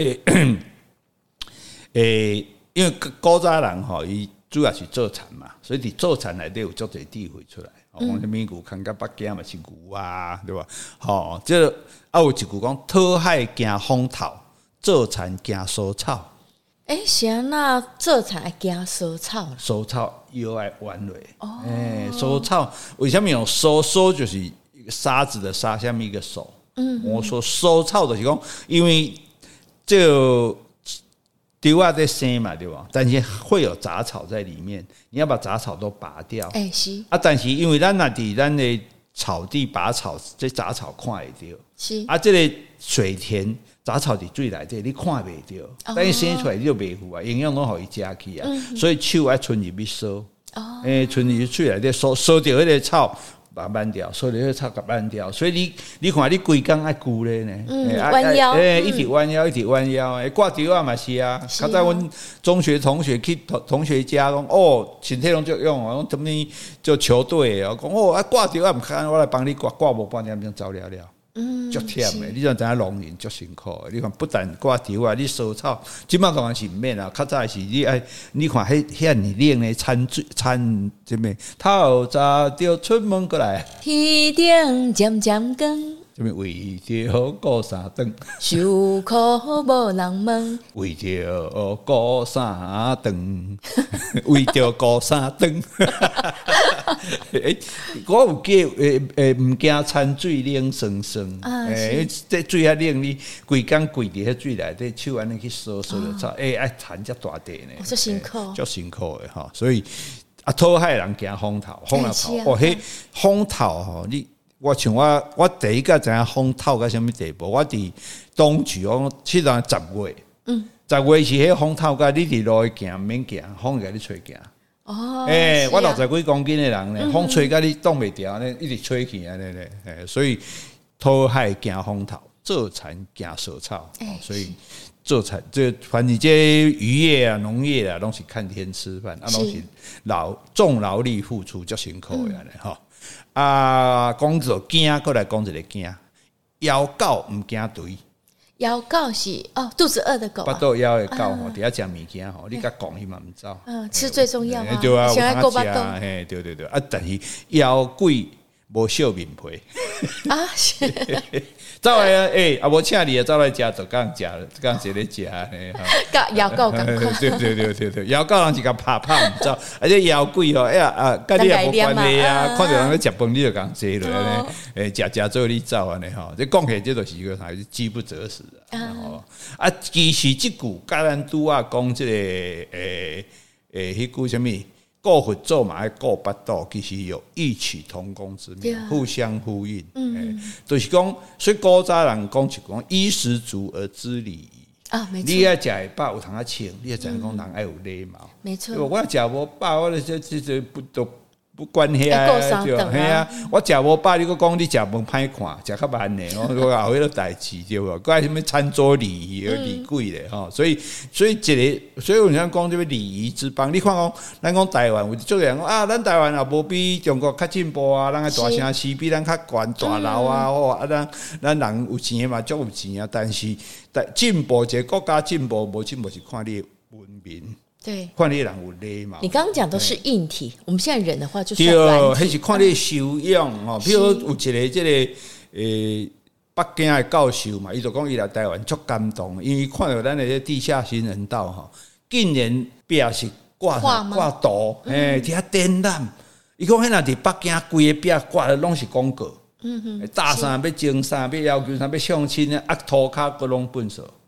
诶，因为古早人吼，伊主要是做田嘛，所以伫做田内底有足侪智慧出来。讲什么牛看甲北京嘛是牛啊，对吧？吼，这啊有一句讲：讨海惊风头。做田惊蔬草， 哎、欸，是啊，那做田爱惊蔬草， 蔬草又爱弯落。哦，哎、欸，蔬草为什么用蔬？蔬就是一个沙子的沙，下面一个手。嗯，我说蔬草就是讲，因为就丢啊在生嘛，对吧？但是会有杂草在里面，你要把杂草都拔掉。哎、 欸，是啊，但是因为咱那伫咱的草地拔草，这杂草看会到。 是啊， 这个水田。杂草伫水内底，你看袂到，但是生出来你就袂腐啊，营养拢互伊食去啊，所以手爱伸入去烧，诶，伸入去水内底烧，烧掉迄个草，把慢掉，烧掉迄个草甲慢掉，所以你你看你规工爱顾咧呢， 弯腰， 诶，一直弯腰，一直弯腰，诶，挂吊啊嘛是啊，较早阮中学同学去同同学家讲，哦，身体拢足用，讲怎么做球队哦，讲哦，啊挂吊啊毋堪，我来帮你挂，挂无半点钟走了了。嗯，足忝诶！你像知影农民足辛苦诶。你看，不但挂条啊，你烧草，即摆当然是毋免啊。较早是你爱，你看迄遐尼冷诶，餐水餐什么？透早就出门过来， 天顶渐渐光。 什么为着过三顿， 受苦无人问。 为着过三顿，为着过三顿。诶，我有记诶诶，毋惊餐水冷酸酸。诶，这水遐冷，你规工跪伫迄水内底，手安尼去烧烧着草，诶，爱痰遮大地呢， 足辛苦， 足辛苦诶吼。所以啊，讨海人惊风头，风头哦，迄风头吼，你。我像我，我第一个知影风透到什么地步？我伫冬季，我去年十月，嗯，十月是迄风透到你伫路行，免行，风会甲你吹行。哦，诶、欸，啊、我六十几公斤的人呢，嗯、风吹甲你挡袂掉呢，一直吹起安尼咧，诶，所以讨海惊风头，做田惊烧草，欸、所以做田这反正这渔业啊、农业啊，拢是看天吃饭，啊，拢是劳重劳力付出，足辛苦的咧，吼。啊，讲做惊，过来讲一个惊，枵狗毋惊肥。 枵狗是哦，肚子饿的狗、啊。 巴肚枵的狗吼，伫遐食物件吼，你甲讲伊嘛毋知。 嗯，吃最重要嘛。 对啊， 有通食，嘿，对对对。啊，但是枵鬼无笑面皮。啊，是。走来啊，诶、欸，啊，无请你啊，走来食就讲食，讲一咧食呢。 甲枵狗共款。 对对对对对，枵狗人是甲拍拍毋走，而且枵鬼吼，哎呀啊，甲你也无关系啊，看到人咧食饭你就共坐落咧，诶，食食做你走安尼吼，这讲起来这就是一个还是饥不择食啊。啊，其实即句甲咱拄啊讲即个诶诶，迄句什么？顾佛祖嘛爱顾八道，其实有异曲同工之妙，互相呼应。嗯，就是讲，所以古早人讲就讲衣食足而知礼仪啊，没错。 你爱食会饱，有通啊穿，你也知影讲人爱有礼貌。 没错。 我食无饱，我这这这不都不管遐，对嘿啊！我食无饱，你佫讲你食饭歹看，食较慢呢，我我后尾个代志对无？怪什么餐桌礼仪而礼贵咧吼，所以所以一个，所以我想讲这个礼仪之邦。你看讲，咱讲台湾有做人讲啊，咱台湾也无比中国较进步啊，咱个大城市比咱较悬大楼啊，哦啊，咱咱人有钱嘛，足有钱啊，但是但进步一个国家进步无进步是看你文明。 对， 看你人有礼貌。 你刚刚讲都是硬体，我们现在人的话就是对，迄是看你修养哦。譬如有一个这个诶，北京的教授嘛，伊就讲伊来台湾足感动，因为看到咱的地下行人道哈，竟然壁是挂挂图，诶，伫遐展览。伊讲迄若伫北京规个壁挂的拢是广告，嗯哼，大衫要精衫，要要求衫要相亲啊，涂骹各拢本色。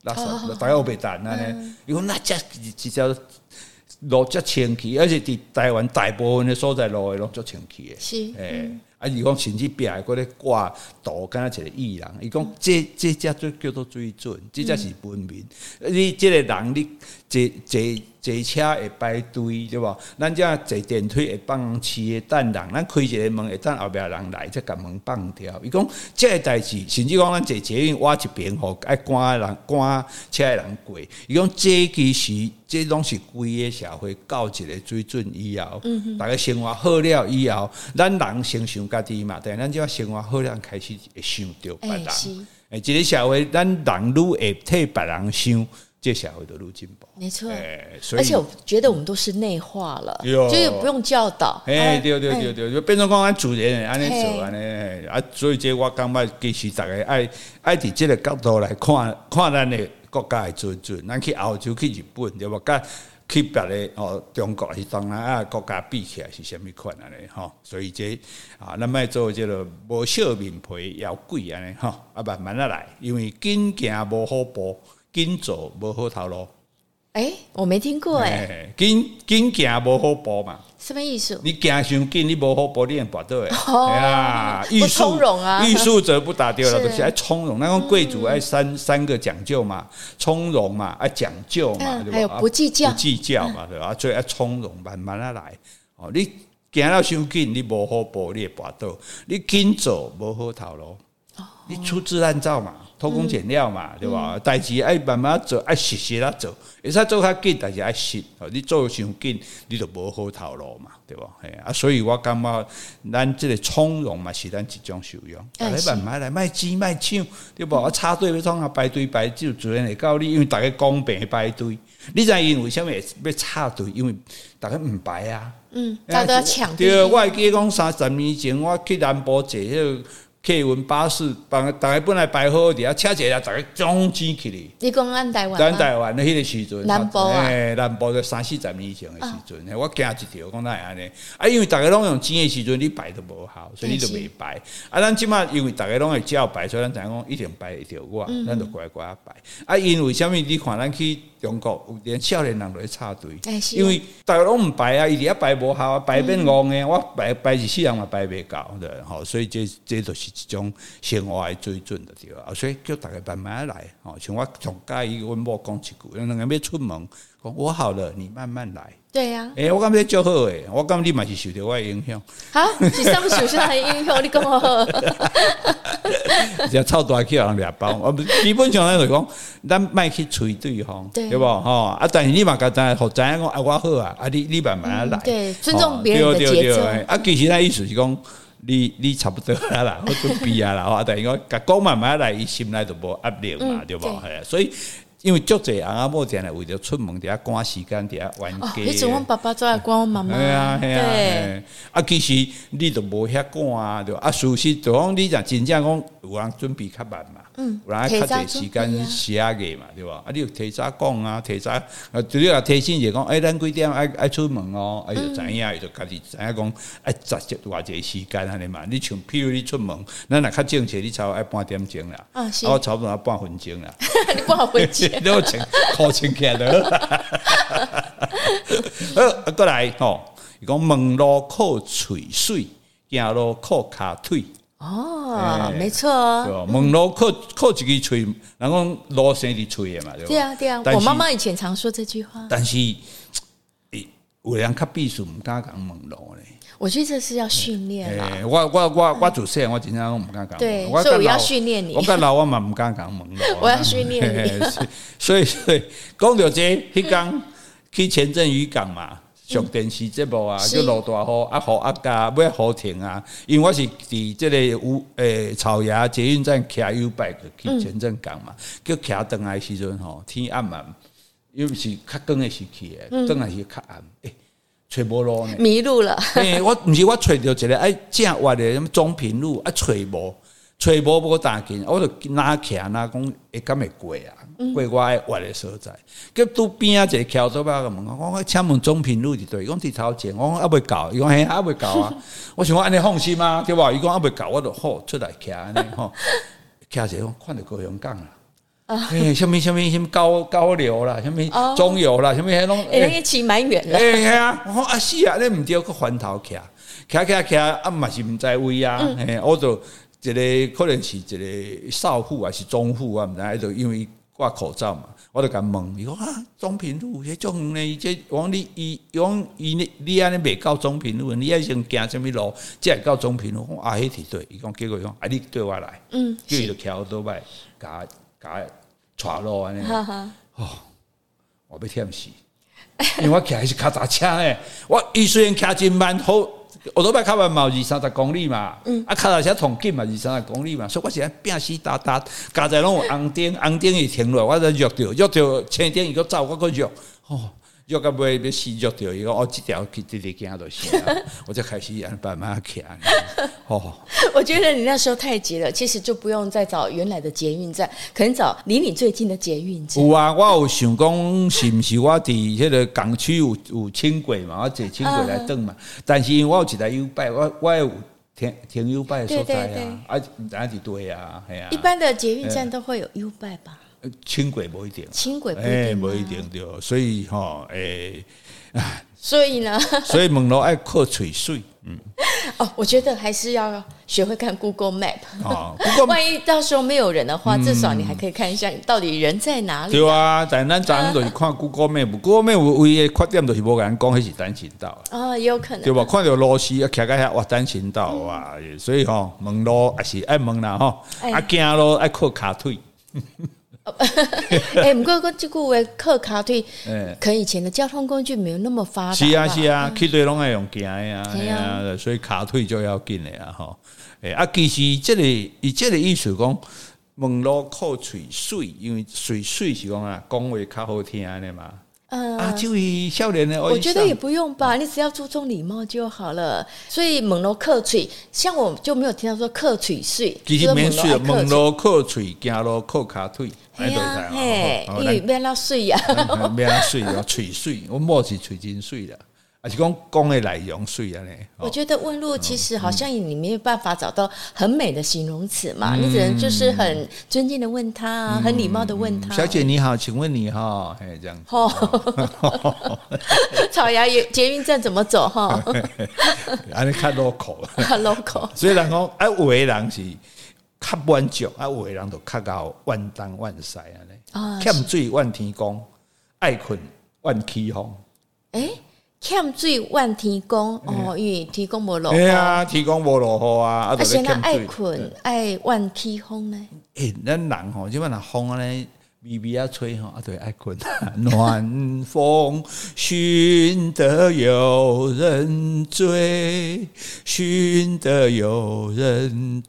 垃圾，大家有袂淡安尼。伊讲那只一条路足清气，而且伫台湾大部分的所在路的拢足清气的。 是， 诶，啊，伊讲甚至壁还搁咧挂图，敢若一个艺人。伊讲这这只做叫做水准，这才是文明。你这个人，你坐坐坐车会排队对无？咱这坐电梯会放人饲的等人，咱开一个门会等后壁人来，才甲门放掉。伊讲这个代志，甚至讲咱坐捷运挖一边互爱赶人赶车的人过。伊讲这其实这拢是规个社会到一个水准以后，嗯、大家生活好了以后，咱人先想家己嘛，但是咱只要生活好了，开始会想到别人。诶，一个社会，咱人愈会替别人想。这社会都愈进步， 没错。而且我觉得我们都是内化了，就是不用教导。 哎，对对对对，就变成讲咱自然安尼做安尼啊，所以这我感觉其实大家爱爱伫这个角度来看看咱的国家的水准，咱去欧洲去日本对吧？甲去别的哦，中国是当然啊，国家比起来是虾米款安尼吼？所以这啊，咱卖做这个无笑面皮要鬼安尼吼，啊慢慢啊来，因为紧行无好步。紧走无好头路， 哎、欸，我没听过哎、欸。 紧紧行无好步嘛？ 什么意思？ 你行上紧，你无好步，你会跋倒诶。 哦， 啊， 不从容啊， 欲速则不达掉了，就是爱从容。那种贵族爱三、嗯、三个讲究嘛，从容嘛，爱讲究嘛， 嗯、 对吧？ 还有不计较， 不计较嘛，对吧？所以爱从容，慢慢啊来。哦，你行到伤紧，你无好步，你会跋倒；你紧走，无好头路。你粗制滥造嘛，偷工减料嘛，嗯、对吧？代志爱慢慢做，爱实实啊做，会使做较紧，但是爱实。你做伤紧，你就无好头路嘛，对吧？啊，所以我感觉咱这个从容嘛，是咱一种修养。大家慢慢来，卖挤卖抢，对吧？啊，插队要创啊排队排，就自然会到你，因为大家公平排队。你知因为什么要插队？因为大家唔排啊。 嗯，大家都要抢。 对，我会记讲三十年前，我去南部坐迄个。客运巴士，大家本来排好伫遐，车一下，大家总挤起哩。 你讲咱台湾？ 咱台湾的迄个时阵， 南部啊， 诶，南部就三四十年前的时阵，啊、我行一条，讲哪会安尼？啊，因为大家拢用钱的时阵，你排都无效，所以你就袂排。啊，咱即马因为大家拢会照排，所以咱知影讲一定排一条我，咱、嗯、就乖乖排。啊，因为啥物？你看咱去中国，有连少年人都在插队， 欸、 因为大家拢唔排啊，伊伫遐排无效啊，排变戆的，我排排一世人嘛排袂到的，吼，所以这这就是。一种生活的水准的对啊，所以叫大家慢慢来吼。像我从介意阮某讲一句，两个要出门，讲我好了，你慢慢来。 对呀、啊， 诶、欸，我感觉足好诶，我感觉你嘛是受到我的影响。 好，是啥物受啥的影响？你讲我好。 只臭大去人掠包，我基本上咱就讲，咱莫去吹对方，对无吼？啊，但是你嘛甲咱互知影讲啊，我好啊，啊，你你慢慢来， 嗯、对，尊重别人的节奏。 啊，其实咱意思是讲。你你差不多啦啦，我准备啊啦，但是我讲慢慢来，伊心内就无压力嘛，对无？系啊，所以因为足侪翁仔某定来为着出门，伫遐赶时间，伫遐冤家。 迄阵阮爸爸做来赶我妈妈。 系啊系啊，啊其实你都无遐赶啊，对吧？啊，事实就讲你讲真正讲有人准备较慢嘛，嗯，有人较侪时间写个嘛，对吧？啊，你就提早讲啊，提早啊，除了提醒就讲，哎，咱几点爱爱出门哦，哎，就知影，就家己知影讲，哎，杂只偌济时间安尼嘛。你像譬如你出门，咱若较正确，你差爱半点钟啦，啊，我差不多半分钟啦， 你半分钟。 你我穿靠穿起来了，好，过来吼，伊讲门路靠嘴水，行路靠骹腿。 哦，欸、没错哦。 门路靠靠一支嘴，人讲路生伫嘴的嘛，对吧？ 对啊，对啊。我妈妈以前常说这句话。 但是，有人较避暑，唔敢讲门路咧。 我觉得这是要训练啦。 我我我我做细人，我真正唔敢讲。 对，所以我要训练你。 我甲老我嘛唔敢讲门路。 我要训练你。 所以所以讲到这，迄天去前镇渔港嘛。上电视节目啊，叫落大雨啊，雨啊加尾雨停啊。因为我是伫即个有诶草衙捷运站骑 U bike 去前镇港嘛，叫骑转来时阵吼，天暗暗，因为是较光诶时去诶，转来是较暗，诶、欸，找无路呢， 迷路了。 诶、欸，我毋是我找着一个哎正弯诶什么中平路啊，找无，找无无大紧，我就哪骑哪讲会敢会过啊。过我爱活的所在，佮拄边啊一个桥头仔个问我，我请问中平路伫对，伊讲伫头前，我讲还未到，伊讲嘿还未到啊，我想讲安尼放心啊，对吧？伊讲还未到，我就好出来骑安尼吼，骑者讲看到高雄港啦， 哎，什么什么什么高高流啦，什么中游啦，什么迄种， 哎，那骑蛮远的。 哎呀，我说啊是啊，你唔对，去翻头徛，徛徛徛，啊嘛是唔知位啊，哎，我就一个可能是一个少妇还是中妇啊，唔知，就因为挂口罩嘛。我就甲问，伊讲啊，中平路迄种呢，这往你伊往伊你你安尼未到中平路，你还先行什么路，才会到中平路？我啊，迄是对，伊讲结果讲啊，你对我来，嗯，叫伊就徛倒摆，甲甲带路安尼，哦，我要忝死，因为我徛是脚踏车诶，我伊虽然徛真慢，好。我都摆较慢嘛，二三十公里嘛，嗯、啊，脚踏车同紧嘛，二三十公里嘛，所以我是安拼死打打，加在拢有红灯，红灯伊停落，我就约着，约着青灯伊个走，我个约，哦，约到尾要死约着伊个，我这条去直直行就行了，我就开始安慢慢徛。哦， 我觉得你那时候太急了，其实就不用再找原来的捷运站，可能找离你最近的捷运站。 有啊，我有想讲是不是我伫迄个港区有有轻轨嘛，我坐轻轨来转嘛。Uh-huh. 但是因为我有一台 U 拜，我我有停停 U 拜的所在啊，啊，唔知伫对啊，系啊。 一般的捷运站都会有 U 拜吧？ 轻轨不一定， 轻轨不一定， 不一定对，所以吼，诶、欸， 所以呢， 所以问路爱靠嘴水，嗯， 哦，我觉得还是要学会看 Google Map， 哦， 万一到时候没有人的话，嗯、至少你还可以看一下到底人在哪里、啊。 对啊，但咱昨就是看 Google Map，Google Map 唯一的缺点就是无甲咱讲迄是单行道啊，也有可能对吧？看到路时啊，徛在遐哇单行道哇，嗯、所以吼问路也是爱问啦吼，哎、啊行路爱靠骹腿。 哎，不过讲这句话靠脚腿，可能以前的交通工具没有那么发达。 是啊是啊，去对拢爱用行的啊，系啊，所以脚腿就要紧的啊吼。诶啊，其实这个伊这个意思讲，问路靠嘴水，因为水水是讲啊，讲话较好听的嘛。嗯、啊，这位少年的， 我觉得也不用吧，你只要注重礼貌就好了。所以问路靠嘴，像我就没有听到说靠嘴水， 其实免水，问路靠嘴，行路靠脚腿。 系啊，嘿，因为免拉水啊， 免拉水哦，嘴水，我某是嘴真水啦，还是讲讲的内容水啊呢？ 我觉得问路其实好像你没有办法找到很美的形容词嘛，嗯、你只能就是很尊敬的问他啊，嗯、很礼貌的问他。 小姐你好，请问你哈，哎这样。 哦，草芽捷运站怎么走哈？ 安尼看 local，local， 所以人讲啊，有的人是。较万种啊，有的人就较到万东万西安尼，欠水万天公，爱困万起风。 诶，欠水万天公哦，因为天公无落雨。 哎呀，天公无落雨啊， 啊，现在爱困爱万起风呢？ 诶，咱人吼，即摆若风安尼。微微啊吹吼，啊对，爱困。暖风熏得有人醉，熏得有人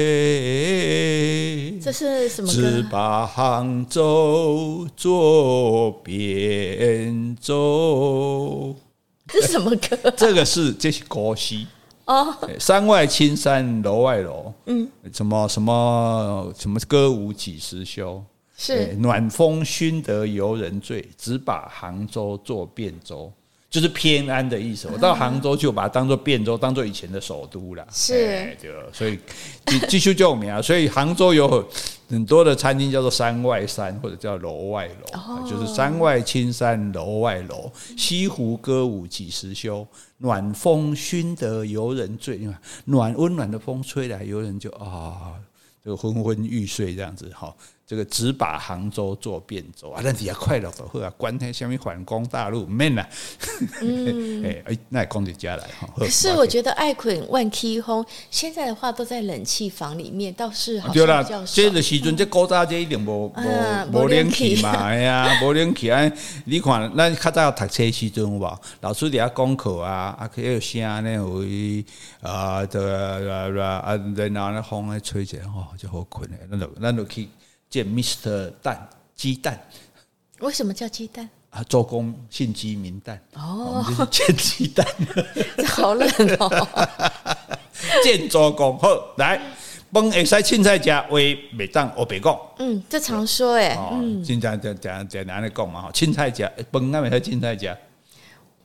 醉。 这是什么歌？ 只把杭州作汴州。 这是什么歌、啊？ 这个是这是国戏。 哦， 山外青山楼外楼。嗯，什么什么什么歌舞几时休？ 是暖风熏得游人醉，只把杭州作汴州，就是偏安的意思。我到杭州就把它当做汴州，当做以前的首都啦。 是， 欸、对，所以继续就有名啊。所以杭州有很多的餐厅叫做山外山，或者叫楼外楼，哦、就是山外青山楼外楼。西湖歌舞几时休？暖风熏得游人醉，暖温暖的风吹来，游人就啊，就昏昏欲睡这样子哈。这个只把杭州做汴州啊，咱底下快乐就好啊，管他什么反攻大陆，唔免啦。嗯，哎，那也讲起家来哈。 可是我觉得爱困万起风，现在的话都在冷气房里面，倒是好像比较少。 这个时阵，这古早这一定无无无冷气嘛，哎呀，无冷气啊！你看，咱较早读册时阵有无？老师伫遐讲课啊，啊，有声呢，有啊，的啊，啊，然后那风咧吹起来，吼，就好困诶。咱就咱就去。见 Mister 蛋鸡蛋， 为什么叫鸡蛋啊？周公姓鸡名蛋哦，我们就是见鸡蛋， 这好冷哦。 见周公好来，饭会使凊彩食，话袂当黑白讲。 嗯，这常说哎， 嗯，经常讲讲讲安尼讲嘛，凊彩食，饭啊袂使凊彩食。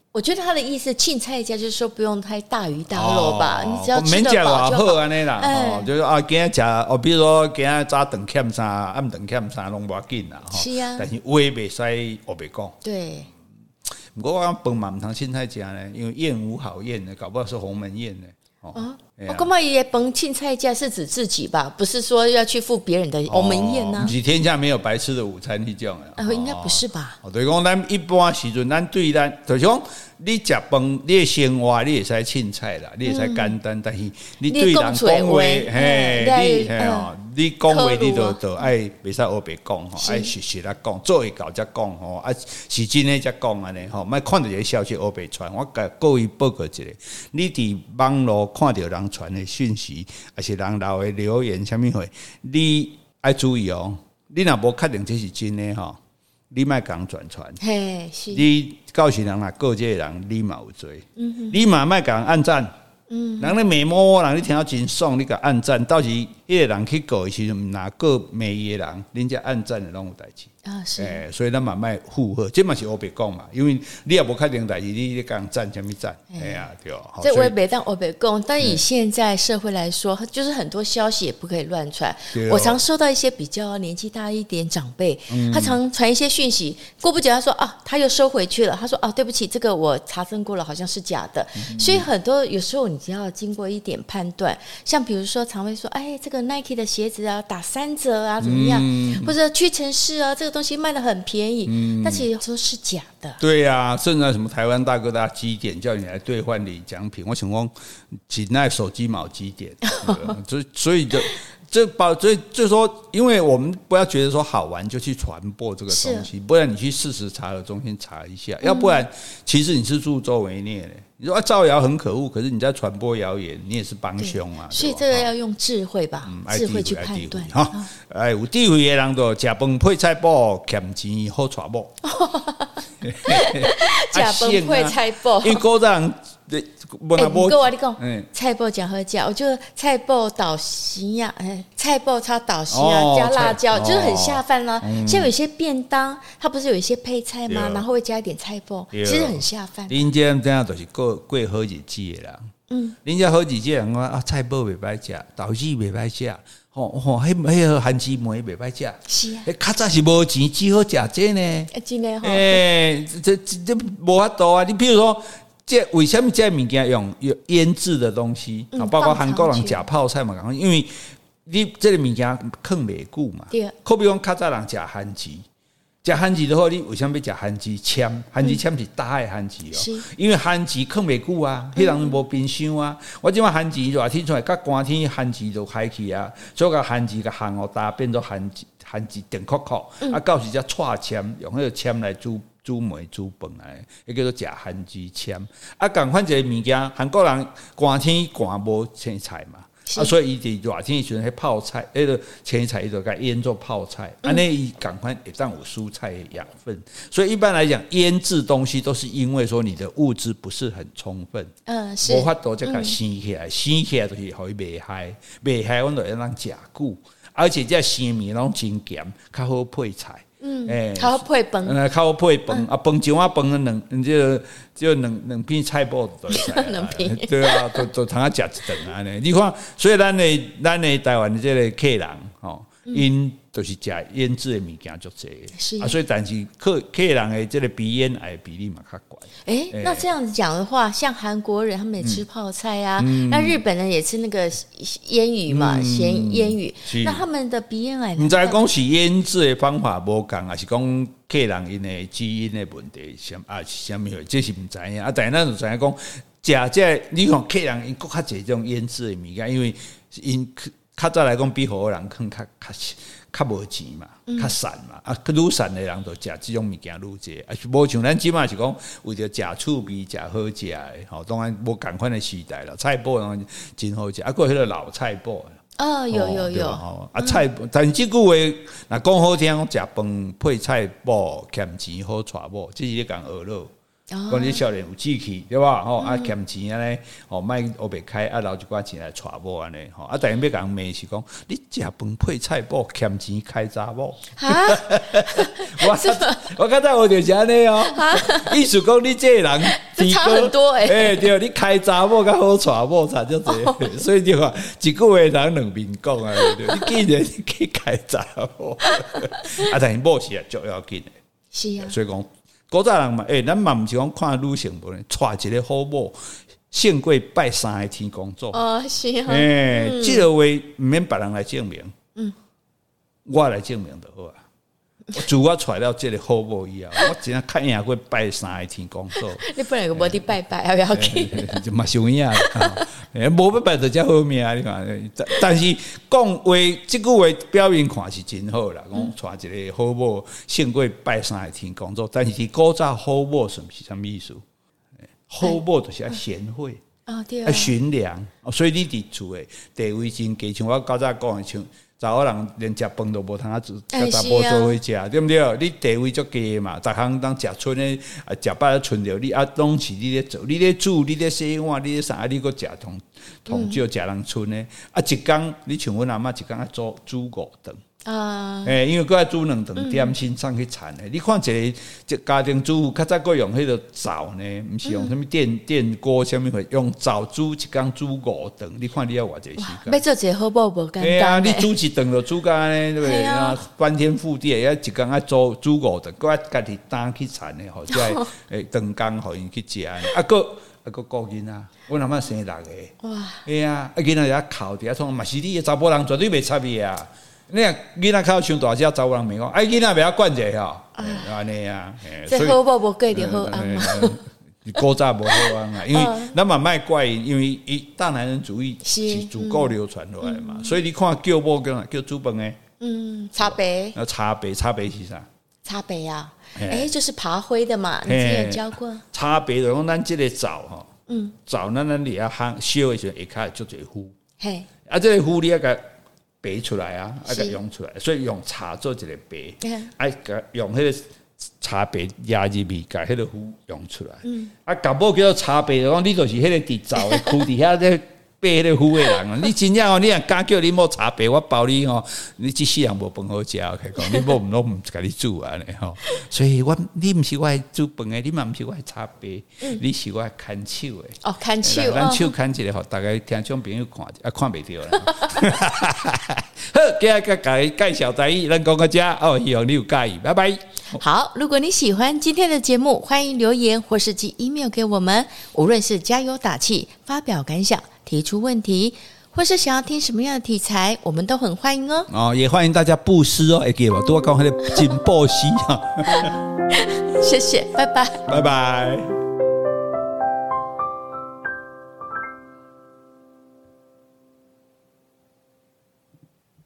我觉得他的意思，凊彩家就是说不用太大鱼大肉吧，哦、你只要吃得饱就好安尼啦。哎、哦，就是啊，今日食哦，比如说今日早顿欠啥，暗顿欠啥，拢无要紧啦。 是啊， 但是话袂使我袂讲。 对。 不过我讲饭嘛唔通凊彩食呢，因为宴无好宴呢，搞不好是鸿门宴呢。 哦，啊、我感觉伊的饭凊彩食是指自己吧，不是说要去赴别人的鸿门宴呢、啊。 不是天下没有白吃的午餐那种的。 啊，应该不是吧？ 哦，就是讲咱一般时阵，咱对咱就是讲。你食饭，你的生活你会使凊彩啦，你会使简单，嗯、但是你对人讲话，嘿，你嘿哦，你讲话你就就爱袂使黑白讲吼，爱实实来讲，做会到才讲吼，啊是真诶才讲安尼吼，莫看到一个消息黑白传。我甲各位报告一下，你伫网络看到人传的讯息，还是人留的留言，啥物货，你爱注意哦。你若无确定这是真诶吼。你莫讲转传，你告诉人啦，告这个人你嘛有罪，嗯、你嘛莫讲按赞，嗯、人咧美摸人，你听到真爽，你甲按赞，到时迄个人去告的时阵，哪个美伊的人，人家按赞的拢有代志。 啊，是， 欸、所以咱慢慢附和，这嘛是黑白讲嘛，因为你也无确定代志，你咧讲赞什么赞？哎呀、啊，对哦。 这我也没当黑白讲，但以现在社会来说，就是很多消息也不可以乱传。我常收到一些比较年纪大一点长辈，嗯、他常传一些讯息，过不久他说啊，他又收回去了。他说啊，对不起，这个我查证过了，好像是假的。嗯、所以很多有时候你只要经过一点判断，像比如说常会说，哎，这个 Nike 的鞋子啊，打三折啊，怎么样？嗯、或者屈臣氏啊，这个东西卖得很便宜，嗯、但其实有时候是假的。 对呀、啊，甚至什么台湾大哥大基点叫你来兑换礼奖品，我想讲，只那手机毛基点，所以所以就。这包，所以就说，因为我们不要觉得说好玩就去传播这个东西，不然你去事实查核中心查一下，嗯、要不然其实你是助纣为虐的。你说啊，造谣很可恶，可是你在传播谣言，你也是帮凶啊。 所以这个要用智慧吧，嗯、智慧去判断哈。哎，有智慧的人就吃饭配菜脯，欠钱好娶某。 吃饭配菜脯， 因为古人。 哎，不过我跟你讲，菜脯讲好讲，我就菜脯倒席呀，哎，菜脯炒倒席啊，加辣椒，就是很下饭啦。像有一些便当，它不是有一些配菜吗？然后会加一点菜脯，其实很下饭。 恁这样这样就是过过好日子的人，嗯，恁这好日子的人讲啊，菜脯袂歹食，倒席袂歹食，吼吼，迄迄个番薯糜袂歹食， 是啊， 迄较早是无钱，只好食这呢， 真的吼， 哎，这这这无法度啊！你比如说。这为什么这物件用用腌制的东西？嗯、包括韩国人吃泡菜嘛，因为你这个物件放袂久嘛。可比讲较早人吃番薯，吃番薯的话，你为什么要吃番薯签？番薯签是大的番薯哦，嗯、因为番薯放袂久啊，迄、嗯、人无冰箱啊。我即摆番薯热天出来，甲寒天番薯就开去啊，所以甲番薯甲烘哦，搭变做番薯番薯电壳壳，嗯、啊，到时才串签，用迄个签来煮。煮糜煮饭来，迄叫做食番薯签。啊，共款一个物件，韩国人寒天寒无青菜嘛，啊，所以伊伫热天时阵，迄泡菜，迄个青菜伊就甲腌做泡菜，安尼伊共款会当有蔬菜的养分。所以一般来讲，腌制东西都是因为说你的物质不是很充分，嗯，是无法度再甲生起来，生起来就是互伊袂害，袂害，阮就会当食久，而且这生米拢真咸，较好配菜。 嗯，诶，较好配饭， 呃，较好配饭啊，饭上啊饭啊两，就就两两片菜脯就两片，对啊，就就通啊食一顿安尼。你看，所以咱的咱的台湾的这个客人吼，因就是食腌制的物件足济，啊，所以但是客客人的这个鼻咽癌比例嘛较高。 哎，那这样子讲的话，像韩国人他们也吃泡菜啊，嗯、那日本人也吃那个腌鱼嘛，嗯、咸腌鱼，那他们的鼻咽癌， 你知讲是腌制的方法无共，还是讲客人因的基因的问题，什啊是什么？这是唔知影啊，但是咱就知影讲，食这你看客人因更较济这种腌制的物件，因为因较早来讲比荷兰更较较。较无钱嘛，较散嘛，啊，愈散的人就食即种物件愈济，啊，无像咱即马是讲为着食趣味、食好食的，吼，当然无共款的时代了。菜脯真好食，啊，还有迄个老菜脯。 哦，有有有， 啊菜，但是即句话若讲好听，食饭配菜脯，欠钱好娶某，这是咧讲学咯。 讲你少年有志气，对吧？吼、嗯、啊，欠钱安尼，吼，卖黑白开，啊，留一寡钱来娶某安尼，吼，啊，但要甲人骂是讲，你食饭配菜脯，欠钱开查某。哈，我我刚才我就是安尼哦，意思讲你这个人， 这差很多诶、欸。 哎、欸，对，你开查某较好娶某差就这个，哦、所以就话一句话人两面讲啊，对，你既然你去开查某，啊，但是某是啊足要紧的， 是啊， 所以讲。古早人嘛，诶、欸，咱嘛毋是讲看女性无呢，娶一个好某，胜过拜三个天公祖。 哦，是啊。 诶、欸，即、嗯、个话毋免别人来证明，嗯，我来证明就好啊。自我娶了即个好某以后，我真正较赢过拜三个天公祖。你本来个无伫拜拜，要不要紧？ 就嘛伤赢啦。诶，无要拜就遮好命，你看。但是讲话，即句话表面看是真好啦，讲娶一个好某胜过拜三个天公祖。但是古早好某算是啥物意思？好某就是要贤惠， 哦对， 要驯良，所以你伫厝诶地位真低，像我古早讲诶像。查某人连食饭都无通啊，甲查某做伙食，对不对？你地位足低嘛，逐项当食剩诶，啊食饱了剩着，你啊拢是你咧做，你咧煮，你咧洗碗，你咧啥，你搁食同同少食人剩诶，啊一工你像阮阿嬷一工啊煮煮五顿。啊，诶、欸，因为佮煮两顿点心送去田诶。你看一个一家庭主妇，较早佮用迄个灶呢，毋是用什么电电锅，什么货，用灶煮一工煮五顿。你看你要偌济时间？ 要做一个好某无简单。 哎啊，你煮一顿就煮甲呢，对不对？啊，翻天覆地，要一工啊煮煮五顿，佮家己担去田诶，吼，即个诶顿工互因去食啊，佮啊佮顾囡仔，阮阿嬷生六个。哇！哎啊，啊囡仔遐哭伫遐创，嘛是你诶查甫人绝对袂插伊啊。你啊，囡仔靠伤大只，查某人袂讲，哎，囡仔袂晓管者吼，安尼啊， 这好某无过着好安嘛， 古早无好安啊，因为咱嘛莫怪伊，因为伊大男人主义是自古流传落来嘛，所以你看叫某叫叫煮饭诶， 嗯，茶杯， 那茶杯茶杯是啥？ 茶杯啊，哎，就是爬灰的嘛，你之前有教过。 茶杯就讲咱这个灶吼，嗯，灶咱咱里啊烘烧诶时阵下骹就做糊，嘿，啊，这个糊你啊个。白出来啊，啊个用出来，所以用茶做一个白，啊个用迄个茶白压入味，甲迄个糊用出来。嗯、啊，搞不好叫做茶白，讲你就是迄个伫灶诶窟底下咧白迄个糊诶人啊！你真正哦，你若敢叫你某茶白，我包你哦，你即世人无饭好食，我讲你某毋拢毋甲你煮安尼吼。所以我你毋是我煮饭诶，你嘛毋是我茶白，嗯、你是我看手诶。 哦，看手， 咱手看一个，互大家听众朋友看，啊看袂着啦。好，今日甲你介绍台语，咱讲到这哦，希望你有介意，拜拜。 好，如果你喜欢今天的节目，欢迎留言或是寄 email 给我们。无论是加油打气、发表感想、提出问题，或是想要听什么样的题材，我们都很欢迎哦。 哦，也欢迎大家布施哦，会记无？拄我讲迄个金布施哈。 谢谢，拜拜， 拜拜。